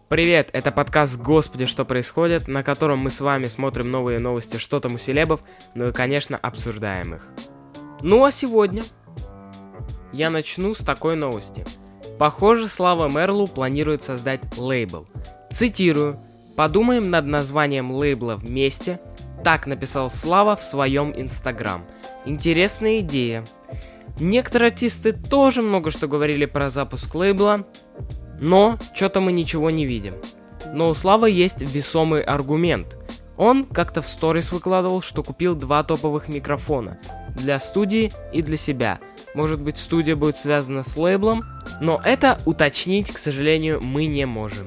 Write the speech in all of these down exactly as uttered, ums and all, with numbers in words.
Привет, это подкаст «Господи, что происходит?», на котором мы с вами смотрим новые новости, что там у селебов, ну и, конечно, обсуждаем их. Ну а сегодня я начну с такой новости. Похоже, Слава Мерлоу планирует создать лейбл. Цитирую: «Подумаем над названием лейбла вместе», так написал Слава в своем инстаграм. Интересная идея. Некоторые артисты тоже много что говорили про запуск лейбла, но что-то мы ничего не видим. Но у Славы есть весомый аргумент. Он как-то в сторис выкладывал, что купил два топовых микрофона для студии и для себя. Может быть, студия будет связана с лейблом, но это уточнить, к сожалению, мы не можем.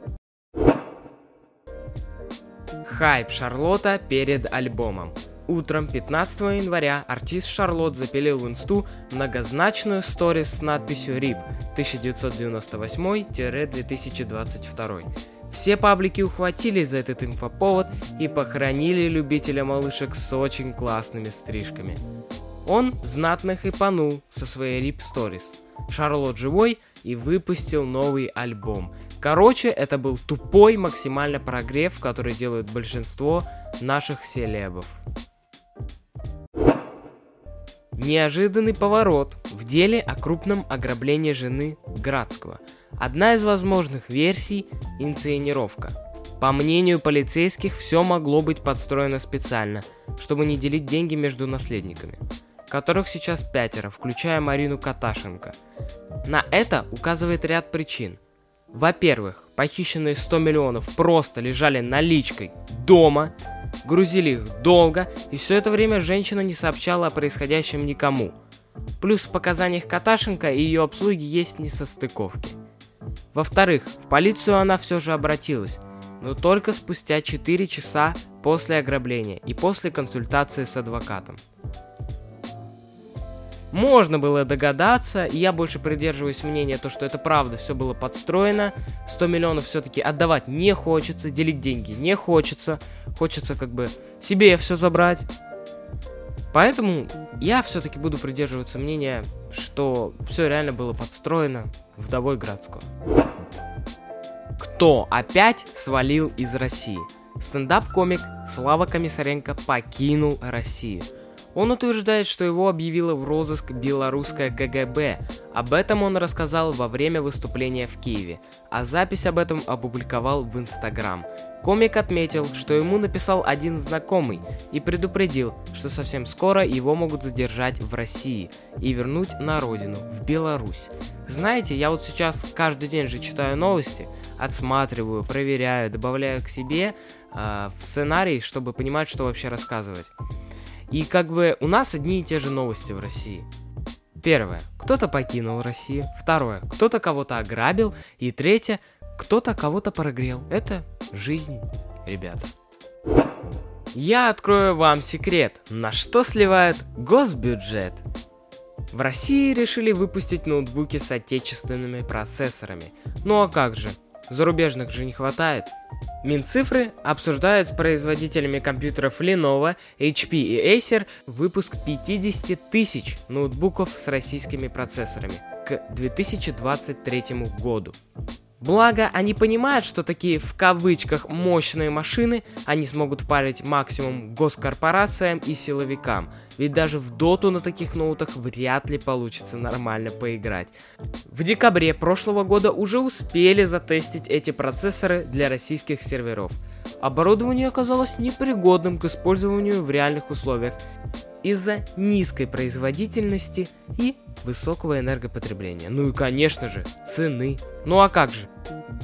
Хайп Шарлотта перед альбомом. Утром пятнадцатого января артист Шарлотт запилил в инсту многозначную сторис с надписью рип тысяча девятьсот девяносто восемь - две тысячи двадцать два. Все паблики ухватились за этот инфоповод и похоронили любителя малышек с очень классными стрижками. Он знатно хайпанул со своей рип-сторис. Шарлотт живой и выпустил новый альбом. Короче, это был тупой максимально прогрев, который делают большинство наших селебов. Неожиданный поворот в деле о крупном ограблении жены Градского. Одна из возможных версий – инсценировка. По мнению полицейских, все могло быть подстроено специально, чтобы не делить деньги между наследниками, которых сейчас пятеро, включая Марину Каташенко. На это указывает ряд причин. Во-первых, похищенные сто миллионов просто лежали наличкой дома, грузили их долго, и все это время женщина не сообщала о происходящем никому. Плюс в показаниях Каташенко и ее обслуги есть несостыковки. Во-вторых, в полицию она все же обратилась, но только спустя четыре часа после ограбления и после консультации с адвокатом. Можно было догадаться, и я больше придерживаюсь мнения, то, что это правда, все было подстроено. сто миллионов все-таки отдавать не хочется, делить деньги не хочется. Хочется как бы себе все забрать. Поэтому я все-таки буду придерживаться мнения, что все реально было подстроено вдовой Градского. Кто опять свалил из России? Стендап-комик Слава Комиссаренко покинул Россию. Он утверждает, что его объявило в розыск белорусское ка гэ бэ. Об этом он рассказал во время выступления в Киеве, а запись об этом опубликовал в Инстаграм. Комик отметил, что ему написал один знакомый и предупредил, что совсем скоро его могут задержать в России и вернуть на родину, в Беларусь. Знаете, я вот сейчас каждый день же читаю новости, отсматриваю, проверяю, добавляю к себе э, в сценарий, чтобы понимать, что вообще рассказывать. И как бы у нас одни и те же новости в России. Первое. Кто-то покинул Россию. Второе. Кто-то кого-то ограбил. И третье. Кто-то кого-то прогрел. Это жизнь, ребята. Я открою вам секрет, на что сливают госбюджет. В России решили выпустить ноутбуки с отечественными процессорами. Ну а как же? Зарубежных же не хватает. Минцифры обсуждают с производителями компьютеров Lenovo, эйч пи и Acer выпуск пятьдесят тысяч ноутбуков с российскими процессорами к две тысячи двадцать третьему году. Благо, они понимают, что такие в кавычках мощные машины они смогут парить максимум госкорпорациям и силовикам, ведь даже в доту на таких ноутах вряд ли получится нормально поиграть. В декабре прошлого года уже успели затестить эти процессоры для российских серверов. Оборудование оказалось непригодным к использованию в реальных условиях из-за низкой производительности и высокого энергопотребления. Ну и, конечно же, цены. Ну а как же?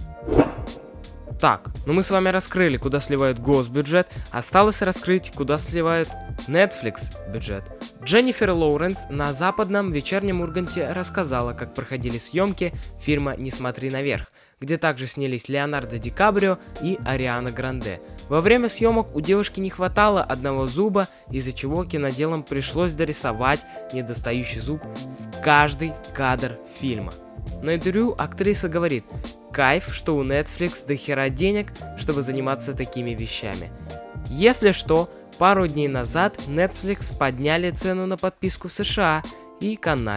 Так, ну мы с вами раскрыли, куда сливают госбюджет, осталось раскрыть, куда сливают Netflix бюджет. Дженнифер Лоуренс на западном вечернем Урганте рассказала, как проходили съемки фильма «Не смотри наверх», где также снялись Леонардо Ди Каприо и Ариана Гранде. Во время съемок у девушки не хватало одного зуба, из-за чего киноделам пришлось дорисовать недостающий зуб в каждый кадр фильма. На интервью актриса говорит: «Кайф, что у Netflix дохера денег, чтобы заниматься такими вещами». Если что, пару дней назад Netflix подняли цену на подписку в США и Канаде.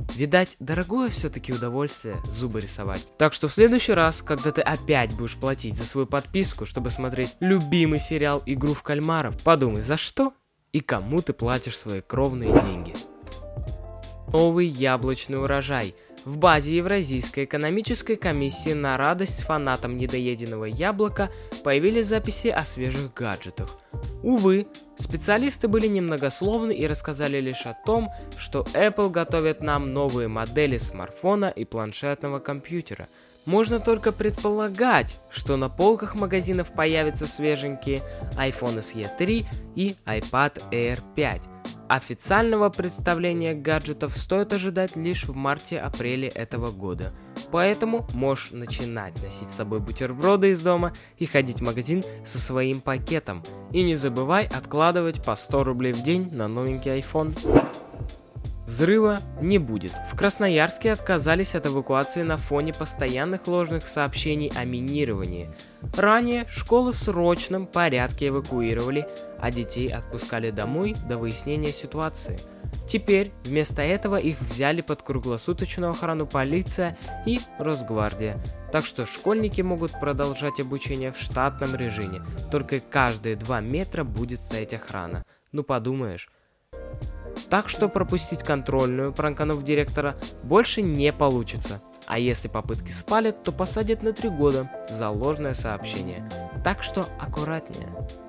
Видать, дорогое все-таки удовольствие зубы рисовать. Так что в следующий раз, когда ты опять будешь платить за свою подписку, чтобы смотреть любимый сериал «Игру в кальмаров», подумай, за что и кому ты платишь свои кровные деньги. Новый яблочный урожай. В базе Евразийской экономической комиссии на радость фанатам недоеденного яблока появились записи о свежих гаджетах. Увы, специалисты были немногословны и рассказали лишь о том, что Apple готовит нам новые модели смартфона и планшетного компьютера. Можно только предполагать, что на полках магазинов появятся свеженькие iPhone эс и три и iPad эйр пять. Официального представления гаджетов стоит ожидать лишь в марте-апреле этого года. Поэтому можешь начинать носить с собой бутерброды из дома и ходить в магазин со своим пакетом. И не забывай откладывать по сто рублей в день на новенький iPhone. Взрыва не будет. В Красноярске отказались от эвакуации на фоне постоянных ложных сообщений о минировании. Ранее школы в срочном порядке эвакуировали, а детей отпускали домой до выяснения ситуации. Теперь вместо этого их взяли под круглосуточную охрану полиция и Росгвардия. Так что школьники могут продолжать обучение в штатном режиме, только каждые два метра будет стоять охрана. Ну подумаешь. Так что пропустить контрольную, пранканув директора, больше не получится. А если попытки спалят, то посадят на три года за ложное сообщение. Так что аккуратнее.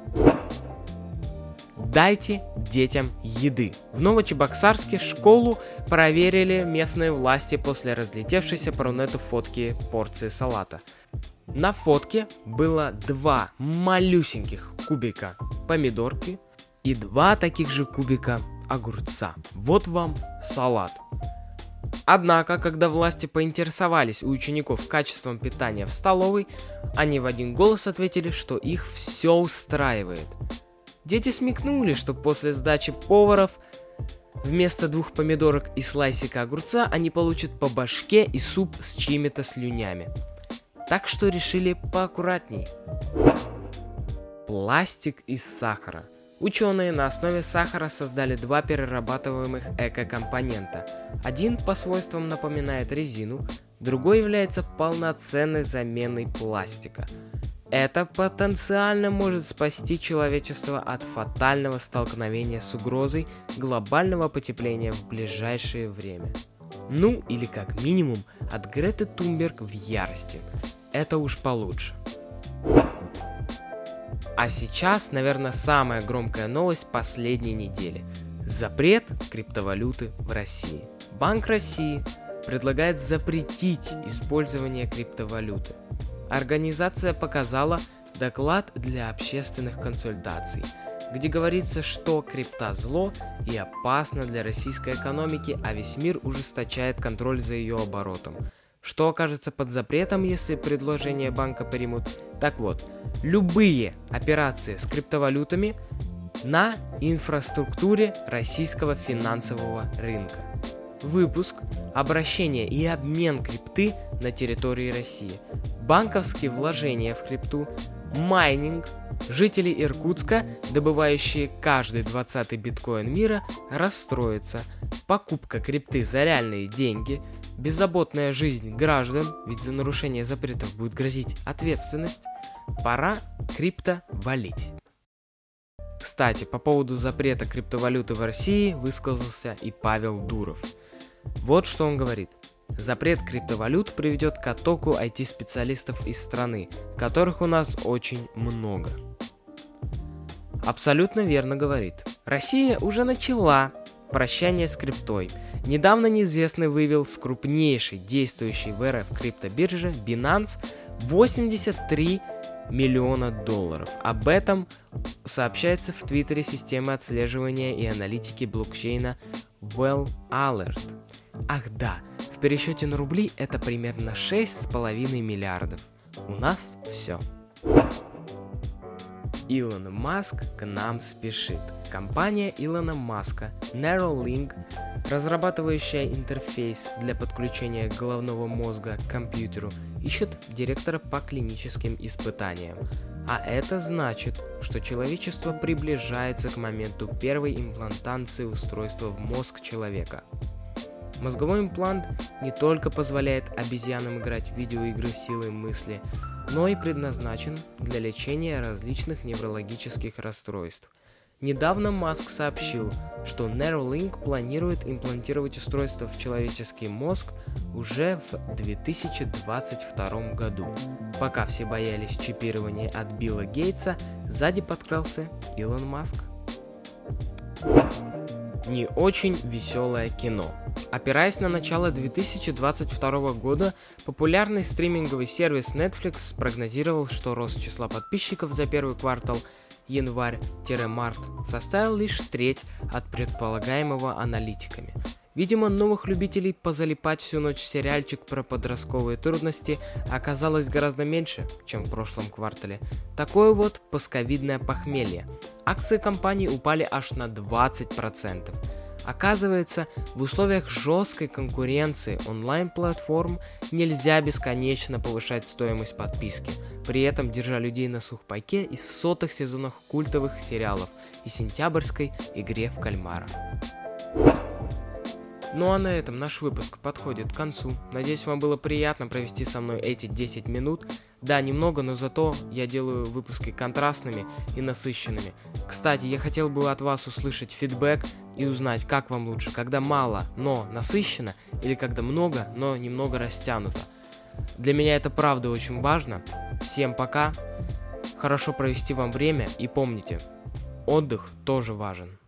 Дайте детям еды. В Новочебоксарске школу проверили местные власти после разлетевшейся по рунету фотки порции салата. На фотке было два малюсеньких кубика помидорки и два таких же кубика огурца. Вот вам салат. Однако, когда власти поинтересовались у учеников качеством питания в столовой, они в один голос ответили, что их все устраивает. Дети смекнули, что после сдачи поваров вместо двух помидорок и слайсика огурца они получат по башке и суп с чьими-то слюнями. Так что решили поаккуратней. Пластик из сахара. Ученые на основе сахара создали два перерабатываемых эко-компонента. Один по свойствам напоминает резину, другой является полноценной заменой пластика. Это потенциально может спасти человечество от фатального столкновения с угрозой глобального потепления в ближайшее время. Ну или как минимум от Греты Тунберг в ярости. Это уж получше. А сейчас, наверное, самая громкая новость последней недели. Запрет криптовалюты в России. Банк России предлагает запретить использование криптовалюты. Организация показала доклад для общественных консультаций, где говорится, что крипта зло и опасно для российской экономики, а весь мир ужесточает контроль за ее оборотом. Что окажется под запретом, если предложение банка примут? Так вот, любые операции с криптовалютами на инфраструктуре российского финансового рынка. Выпуск, обращение и обмен крипты на территории России. Банковские вложения в крипту, майнинг. Жители Иркутска, добывающие каждый двадцатый биткоин мира, расстроятся. Покупка крипты за реальные деньги, беззаботная жизнь граждан, ведь за нарушение запретов будет грозить ответственность. Пора крипто валить. Кстати, по поводу запрета криптовалюты в России высказался и Павел Дуров. Вот что он говорит. Запрет криптовалют приведет к оттоку ай ти-специалистов из страны, которых у нас очень много. Абсолютно верно говорит. Россия уже начала прощание с криптой. Недавно неизвестный вывел с крупнейшей действующей в эр эф криптобиржи Binance восемьдесят три миллиона долларов. Об этом сообщается в твиттере системы отслеживания и аналитики блокчейна Well Alert. Ах да, в пересчете на рубли это примерно шесть с половиной миллиардов. У нас все. Илон Маск к нам спешит. Компания Илона Маска Neuralink, разрабатывающая интерфейс для подключения головного мозга к компьютеру, ищет директора по клиническим испытаниям. А это значит, что человечество приближается к моменту первой имплантации устройства в мозг человека. Мозговой имплант не только позволяет обезьянам играть в видеоигры силой мысли, но и предназначен для лечения различных неврологических расстройств. Недавно Маск сообщил, что Neuralink планирует имплантировать устройство в человеческий мозг уже в две тысячи двадцать втором году. Пока все боялись чипирования от Билла Гейтса, сзади подкрался Илон Маск. Не очень веселое кино. Опираясь на начало две тысячи двадцать второго года, популярный стриминговый сервис Netflix спрогнозировал, что рост числа подписчиков за первый квартал январь-март составил лишь треть от предполагаемого аналитиками. Видимо, новых любителей позалипать всю ночь в сериальчик про подростковые трудности оказалось гораздо меньше, чем в прошлом квартале. Такое вот пасковидное похмелье. Акции компании упали аж на двадцать процентов. Оказывается, в условиях жесткой конкуренции онлайн-платформ нельзя бесконечно повышать стоимость подписки, при этом держа людей на сухпайке из сотых сезонов культовых сериалов и сентябрьской игре в кальмара. Ну а на этом наш выпуск подходит к концу. Надеюсь, вам было приятно провести со мной эти десять минут. Да, немного, но зато я делаю выпуски контрастными и насыщенными. Кстати, я хотел бы от вас услышать фидбэк и узнать, как вам лучше, когда мало, но насыщенно, или когда много, но немного растянуто. Для меня это правда очень важно. Всем пока, хорошо провести вам время и помните, отдых тоже важен.